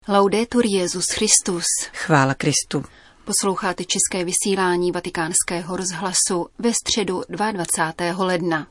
Laudetur Jesus Christus. Chvála Kristu. Posloucháte české vysílání Vatikánského rozhlasu ve středu 22. ledna.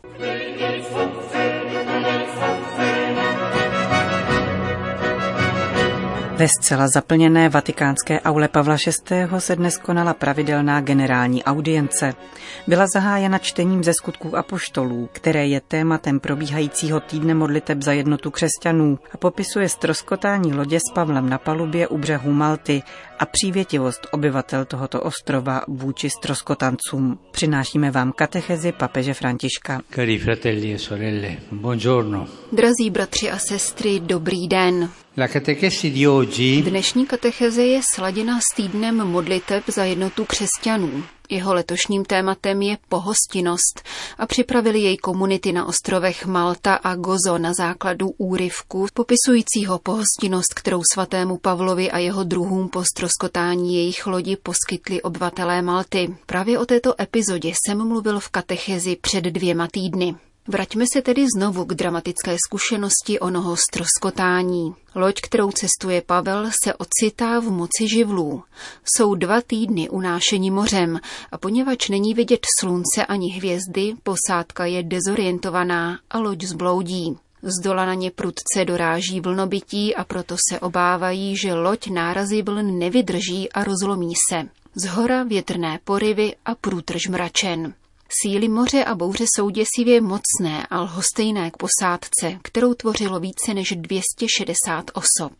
Ve zcela zaplněné vatikánské aule Pavla VI. Se dnes konala pravidelná generální audience. Byla zahájena čtením ze Skutků apoštolů, které je tématem probíhajícího týdne modliteb za jednotu křesťanů a popisuje ztroskotání lodě s Pavlem na palubě u břehu Malty a přívětivost obyvatel tohoto ostrova vůči ztroskotancům. Přinášíme vám katechezi papeže Františka. Cari fratelli e sorelle, buongiorno. Drazí bratři a sestry, dobrý den. La catechesi di oggi. Dnešní katecheze je sladěna s týdnem modliteb za jednotu křesťanů. Jeho letošním tématem je pohostinnost a připravili jej komunity na ostrovech Malta a Gozo na základu úryvku popisujícího pohostinnost, kterou svatému Pavlovi a jeho druhům po ztroskotání jejich lodi poskytli obyvatelé Malty. Právě o této epizodě jsem mluvil v katechezi před 2 týdny. Vraťme se tedy znovu k dramatické zkušenosti onoho ztroskotání. Loď, kterou cestuje Pavel, se ocitá v moci živlů. Jsou 2 týdny unášeni mořem a poněvadž není vidět slunce ani hvězdy, posádka je dezorientovaná a loď zbloudí. Zdola na ně prudce doráží vlnobytí a proto se obávají, že loď nárazy vln nevydrží a rozlomí se. Zhora větrné porivy a průtrž mračen. Síly moře a bouře jsou děsivě mocné a lhostejné k posádce, kterou tvořilo více než 260 osob.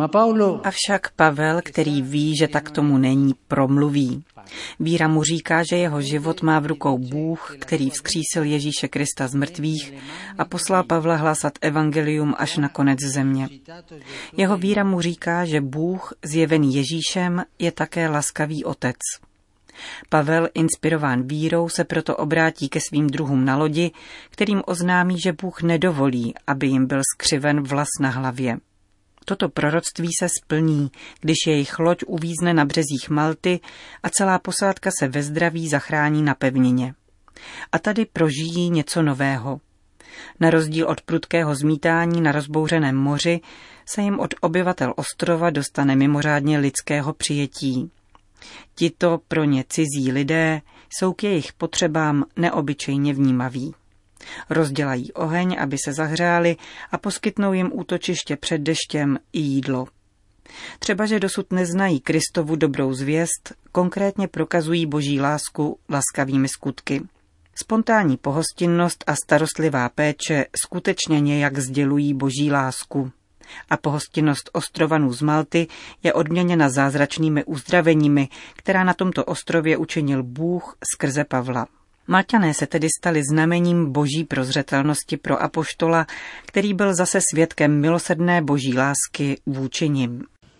Avšak Pavel, který ví, že tak tomu není, promluví. Víra mu říká, že jeho život má v rukou Bůh, který vzkřísil Ježíše Krista z mrtvých a poslal Pavla hlásat evangelium až na konec země. Jeho víra mu říká, že Bůh, zjevený Ježíšem, je také laskavý otec. Pavel, inspirován vírou, se proto obrátí ke svým druhům na lodi, kterým oznámí, že Bůh nedovolí, aby jim byl skřiven vlas na hlavě. Toto proroctví se splní, když jejich loď uvízne na březích Malty a celá posádka se ve zdraví zachrání na pevnině. A tady prožijí něco nového. Na rozdíl od prudkého zmítání na rozbouřeném moři se jim od obyvatel ostrova dostane mimořádně lidského přijetí. Tito pro ně cizí lidé jsou k jejich potřebám neobyčejně vnímaví. Rozdělají oheň, aby se zahřáli a poskytnou jim útočiště před deštěm i jídlo. Třeba, že dosud neznají Kristovu dobrou zvěst, konkrétně prokazují boží lásku laskavými skutky. Spontánní pohostinnost a starostlivá péče skutečně nějak sdělují boží lásku. A pohostinnost ostrovanů z Malty je odměněna zázračnými uzdraveními, která na tomto ostrově učinil Bůh skrze Pavla. Malťané se tedy stali znamením boží prozřetelnosti pro apoštola, který byl zase svědkem milosrdné boží lásky vůči nim.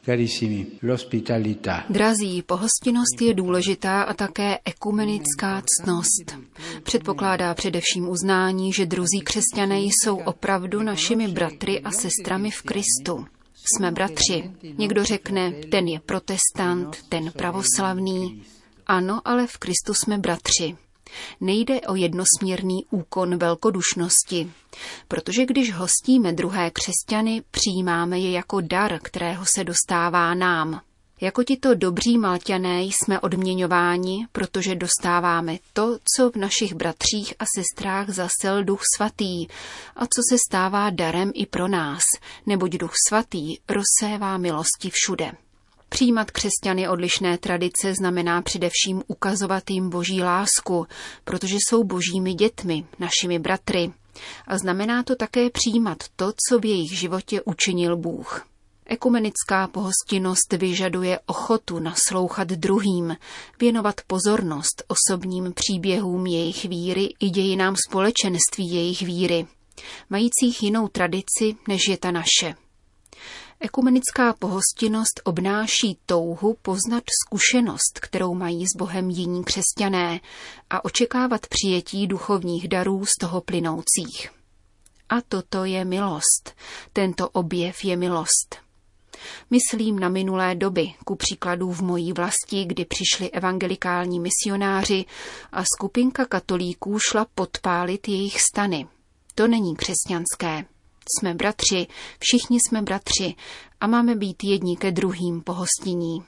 Drazí, pohostinnost je důležitá a také ekumenická ctnost. Předpokládá především uznání, že druzí křesťané jsou opravdu našimi bratry a sestrami v Kristu. Jsme bratři. Někdo řekne, ten je protestant, ten pravoslavný. Ano, ale v Kristu jsme bratři. Nejde o jednosměrný úkon velkodušnosti, protože když hostíme druhé křesťany, přijímáme je jako dar, kterého se dostává nám. Jako tito dobří Malťané jsme odměňováni, protože dostáváme to, co v našich bratřích a sestrách zasel Duch Svatý a co se stává darem i pro nás, neboť Duch Svatý rozsévá milosti všude. Přijímat křesťany odlišné tradice znamená především ukazovat jim boží lásku, protože jsou božími dětmi, našimi bratry. A znamená to také přijímat to, co v jejich životě učinil Bůh. Ekumenická pohostinnost vyžaduje ochotu naslouchat druhým, věnovat pozornost osobním příběhům jejich víry i dějinám společenství jejich víry, majících jinou tradici, než je ta naše. Ekumenická pohostinnost obnáší touhu poznat zkušenost, kterou mají s Bohem jiní křesťané a očekávat přijetí duchovních darů z toho plynoucích. A toto je milost. Tento objev je milost. Myslím na minulé doby, ku příkladu v mojí vlasti, kdy přišli evangelikální misionáři a skupinka katolíků šla podpálit jejich stany. To není křesťanské. Jsme bratři, všichni jsme bratři a máme být jedni ke druhým pohostinní.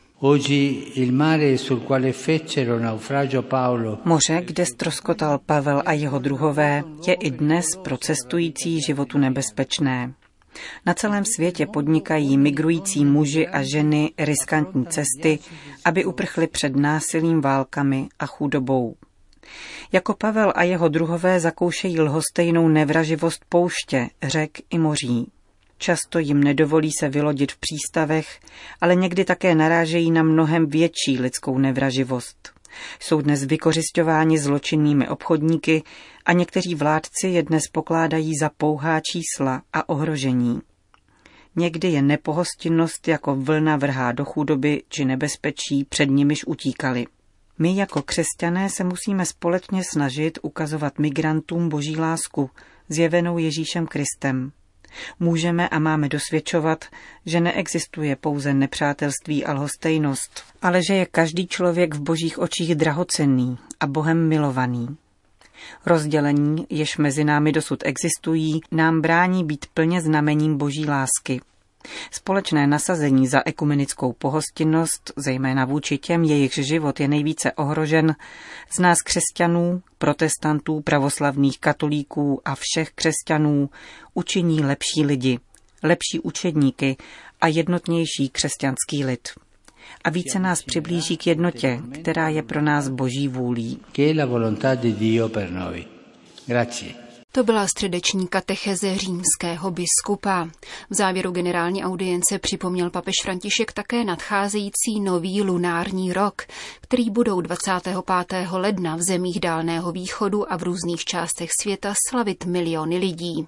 Moře, kde ztroskotal Pavel a jeho druhové, je i dnes pro cestující životu nebezpečné. Na celém světě podnikají migrující muži a ženy riskantní cesty, aby uprchli před násilím, válkami a chudobou. Jako Pavel a jeho druhové zakoušejí lhostejnou nevraživost pouště, řek i moří. Často jim nedovolí se vylodit v přístavech, ale někdy také narážejí na mnohem větší lidskou nevraživost. Jsou dnes vykořisťováni zločinnými obchodníky a někteří vládci je dnes pokládají za pouhá čísla a ohrožení. Někdy je nepohostinnost jako vlna vrhá do chudoby či nebezpečí, před nimiž utíkali. My jako křesťané se musíme společně snažit ukazovat migrantům boží lásku, zjevenou Ježíšem Kristem. Můžeme a máme dosvědčovat, že neexistuje pouze nepřátelství a lhostejnost, ale že je každý člověk v božích očích drahocenný a Bohem milovaný. Rozdělení, jež mezi námi dosud existují, nám brání být plně znamením boží lásky. Společné nasazení za ekumenickou pohostinnost, zejména vůči těm, jejichž život je nejvíce ohrožen, z nás křesťanů, protestantů, pravoslavných katolíků a všech křesťanů učiní lepší lidi, lepší učedníky a jednotnější křesťanský lid. A více nás přiblíží k jednotě, která je pro nás boží vůlí. To byla středeční katecheze římského biskupa. V závěru generální audience připomněl papež František také nadcházející nový lunární rok, který budou 25. ledna v zemích Dálného východu a v různých částech světa slavit miliony lidí.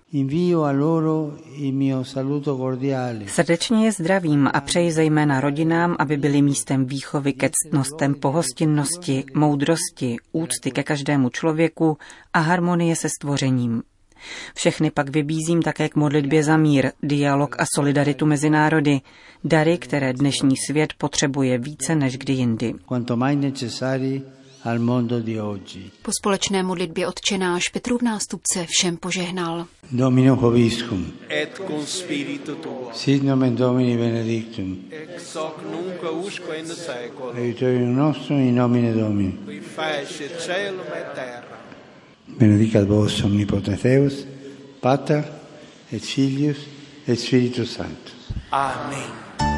Srdečně je zdravím a přeji zejména rodinám, aby byli místem výchovy ke ctnostem pohostinnosti, moudrosti, úcty ke každému člověku a harmonie se stvořením. Všechny pak vybízím také k modlitbě za mír, dialog a solidaritu mezi národy, dary, které dnešní svět potřebuje více než kdy jindy. Po společné modlitbě Otčenáš Petrův nástupce všem požehnal. Domino vobiscum. Et cum spiritu tuo. Sit nomen Domini benedictum. Ex hoc nunc usque in saeculum. Aiutorium nostrum in nomine Domini. Qui fecit caelum et terra. Benedicat vos omnipotens Deus, Pater et Filius et Spiritus Sanctus. Amen.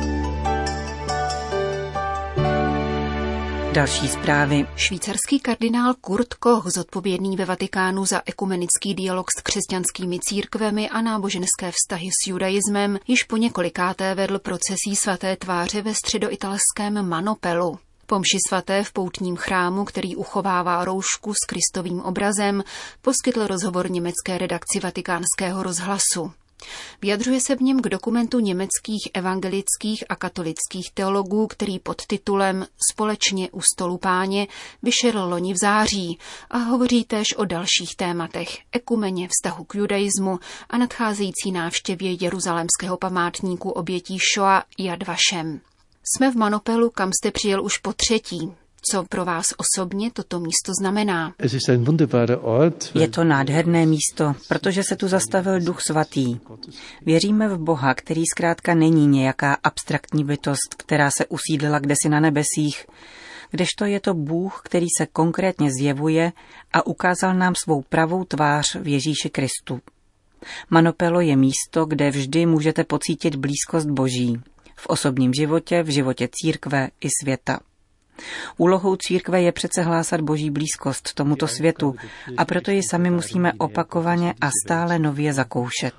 Další zprávy. Švýcarský kardinál Kurt Koch, zodpovědný ve Vatikánu za ekumenický dialog s křesťanskými církvemi a náboženské vztahy s judaismem, již po několikáté vedl procesí svaté tváře ve středoitalském Manopelu. Po mši svaté v poutním chrámu, který uchovává roušku s Kristovým obrazem, poskytl rozhovor německé redakci Vatikánského rozhlasu. Vyjadřuje se v něm k dokumentu německých evangelických a katolických teologů, který pod titulem Společně u stolu Páně vyšel loni v září a hovoří též o dalších tématech, ekumeně, vztahu k judaismu a nadcházející návštěvě jeruzalémského památníku obětí Šoa Yad Vashem. Jsme v Manopelu, kam jste přijel už po třetí. Co pro vás osobně toto místo znamená? Je to nádherné místo, protože se tu zastavil Duch Svatý. Věříme v Boha, který zkrátka není nějaká abstraktní bytost, která se usídlila kdesi na nebesích, kdežto je to Bůh, který se konkrétně zjevuje a ukázal nám svou pravou tvář v Ježíši Kristu. Manopelo je místo, kde vždy můžete pocítit blízkost Boží. V osobním životě, v životě církve i světa. Úlohou církve je přece hlásat Boží blízkost tomuto světu a proto ji sami musíme opakovaně a stále nově zakoušet.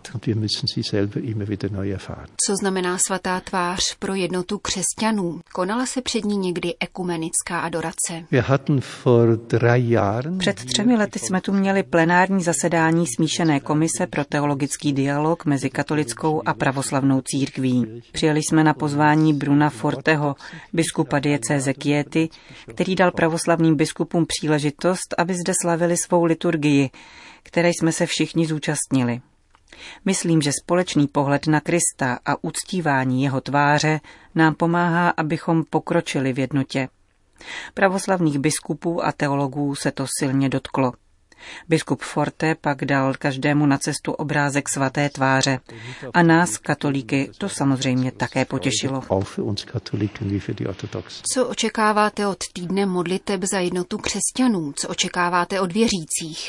Co znamená svatá tvář pro jednotu křesťanů? Konala se před ní někdy ekumenická adorace? Před 3 lety jsme tu měli plenární zasedání smíšené komise pro teologický dialog mezi katolickou a pravoslavnou církví. Přijeli jsme na pozvání Bruna Forteho, biskupa diecéze Chieti, který dal pravoslavným biskupům příležitost, aby zde slavili svou liturgii, které jsme se všichni zúčastnili. Myslím, že společný pohled na Krista a uctívání jeho tváře nám pomáhá, abychom pokročili v jednotě. Pravoslavných biskupů a teologů se to silně dotklo. Biskup Forte pak dal každému na cestu obrázek svaté tváře a nás, katolíky, to samozřejmě také potěšilo. Co očekáváte od týdne modliteb za jednotu křesťanů? Co očekáváte od věřících?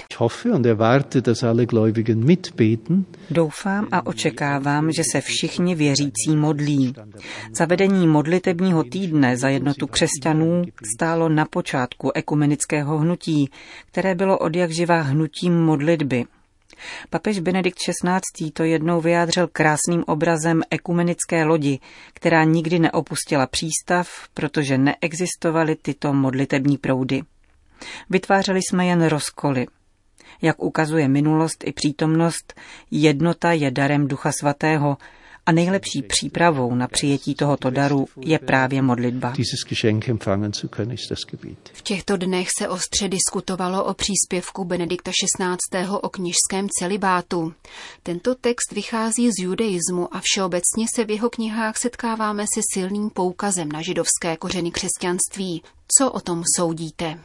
Doufám a očekávám, že se všichni věřící modlí. Zavedení modlitebního týdne za jednotu křesťanů stálo na počátku ekumenického hnutí, které bylo odjakživa hnutím modlitby. Papež Benedikt XVI. To jednou vyjádřil krásným obrazem ekumenické lodi, která nikdy neopustila přístav, protože neexistovaly tyto modlitební proudy. Vytvářeli jsme jen rozkoly. Jak ukazuje minulost i přítomnost, jednota je darem Ducha Svatého a nejlepší přípravou na přijetí tohoto daru je právě modlitba. V těchto dnech se ostře diskutovalo o příspěvku Benedikta XVI. O kněžském celibátu. Tento text vychází z judaismu a všeobecně se v jeho knihách setkáváme se silným poukazem na židovské kořeny křesťanství. Co o tom soudíte?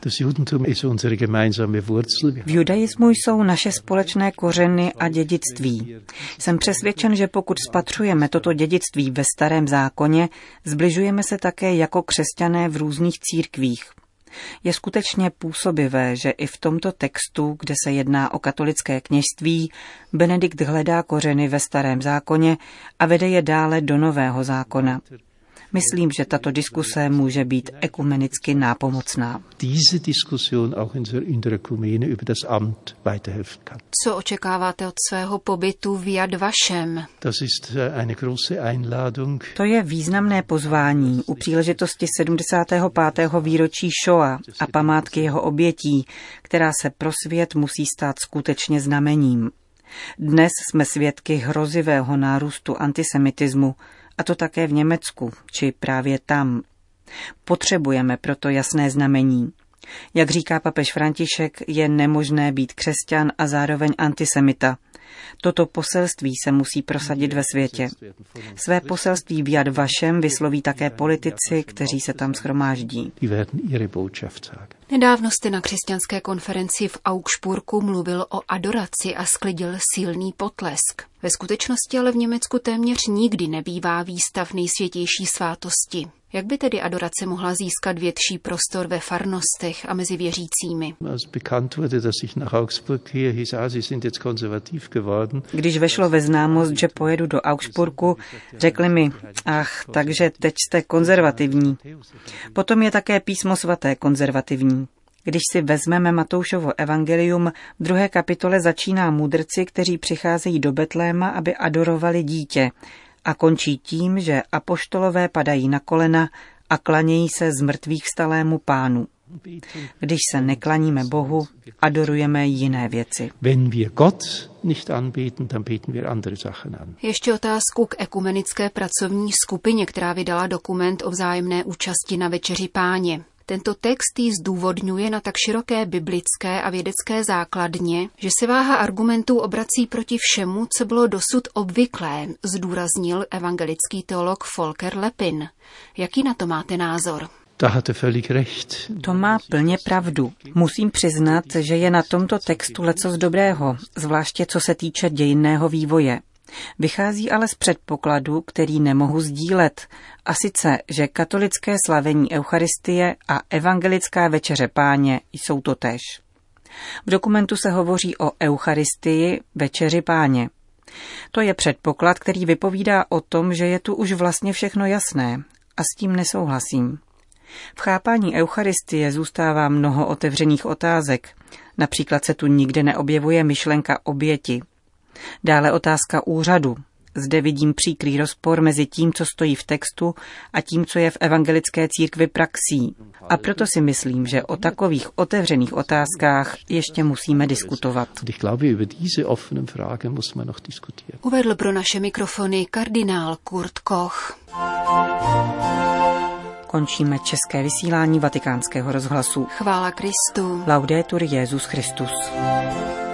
V judaismu jsou naše společné kořeny a dědictví. Jsem přesvědčen, že pokud spatřujeme toto dědictví ve Starém zákoně, zbližujeme se také jako křesťané v různých církvích. Je skutečně působivé, že i v tomto textu, kde se jedná o katolické kněžství, Benedikt hledá kořeny ve Starém zákoně a vede je dále do Nového zákona. Myslím, že tato diskuse může být ekumenicky nápomocná. Co očekáváte od svého pobytu v Yad Vashem? To je významné pozvání u příležitosti 75. výročí Šoa a památky jeho obětí, která se pro svět musí stát skutečně znamením. Dnes jsme svědky hrozivého nárůstu antisemitismu, a to také v Německu, či právě tam. Potřebujeme proto jasné znamení. Jak říká papež František, je nemožné být křesťan a zároveň antisemita. Toto poselství se musí prosadit ve světě. Své poselství v Yad Vashem vysloví také politici, kteří se tam shromáždí. Nedávno jste na křesťanské konferenci v Augsburgu mluvil o adoraci a sklidil silný potlesk. Ve skutečnosti ale v Německu téměř nikdy nebývá výstav nejsvětější svátosti. Jak by tedy adorace mohla získat větší prostor ve farnostech a mezi věřícími? Když vešlo ve známost, že pojedu do Augsburgu, řekli mi, takže teď jste konzervativní. Potom je také písmo svaté konzervativní. Když si vezmeme Matoušovo evangelium, v 2. kapitole začíná mudrci, kteří přicházejí do Betléma, aby adorovali dítě, a končí tím, že apoštolové padají na kolena a klanějí se zmrtvých vstalému Pánu. Když se neklaníme Bohu, adorujeme jiné věci. Ještě otázku k ekumenické pracovní skupině, která vydala dokument o vzájemné účasti na Večeři Páně. Tento text ji zdůvodňuje na tak široké biblické a vědecké základně, že se váha argumentů obrací proti všemu, co bylo dosud obvyklé, zdůraznil evangelický teolog Volker Lepin. Jaký na to máte názor? To má plně pravdu. Musím přiznat, že je na tomto textu lecos dobrého, zvláště co se týče dějinného vývoje. Vychází ale z předpokladu, který nemohu sdílet, a sice, že katolické slavení Eucharistie a evangelická Večeře Páně jsou totéž. V dokumentu se hovoří o Eucharistii, Večeři Páně. To je předpoklad, který vypovídá o tom, že je tu už vlastně všechno jasné, a s tím nesouhlasím. V chápání Eucharistie zůstává mnoho otevřených otázek, například se tu nikde neobjevuje myšlenka oběti. Dále otázka úřadu. Zde vidím příkrý rozpor mezi tím, co stojí v textu, a tím, co je v evangelické církvi praxí. A proto si myslím, že o takových otevřených otázkách ještě musíme diskutovat. Uvedl pro naše mikrofony kardinál Kurt Koch. Končíme české vysílání Vatikánského rozhlasu. Chvála Kristu. Laudetur Jesus Christus.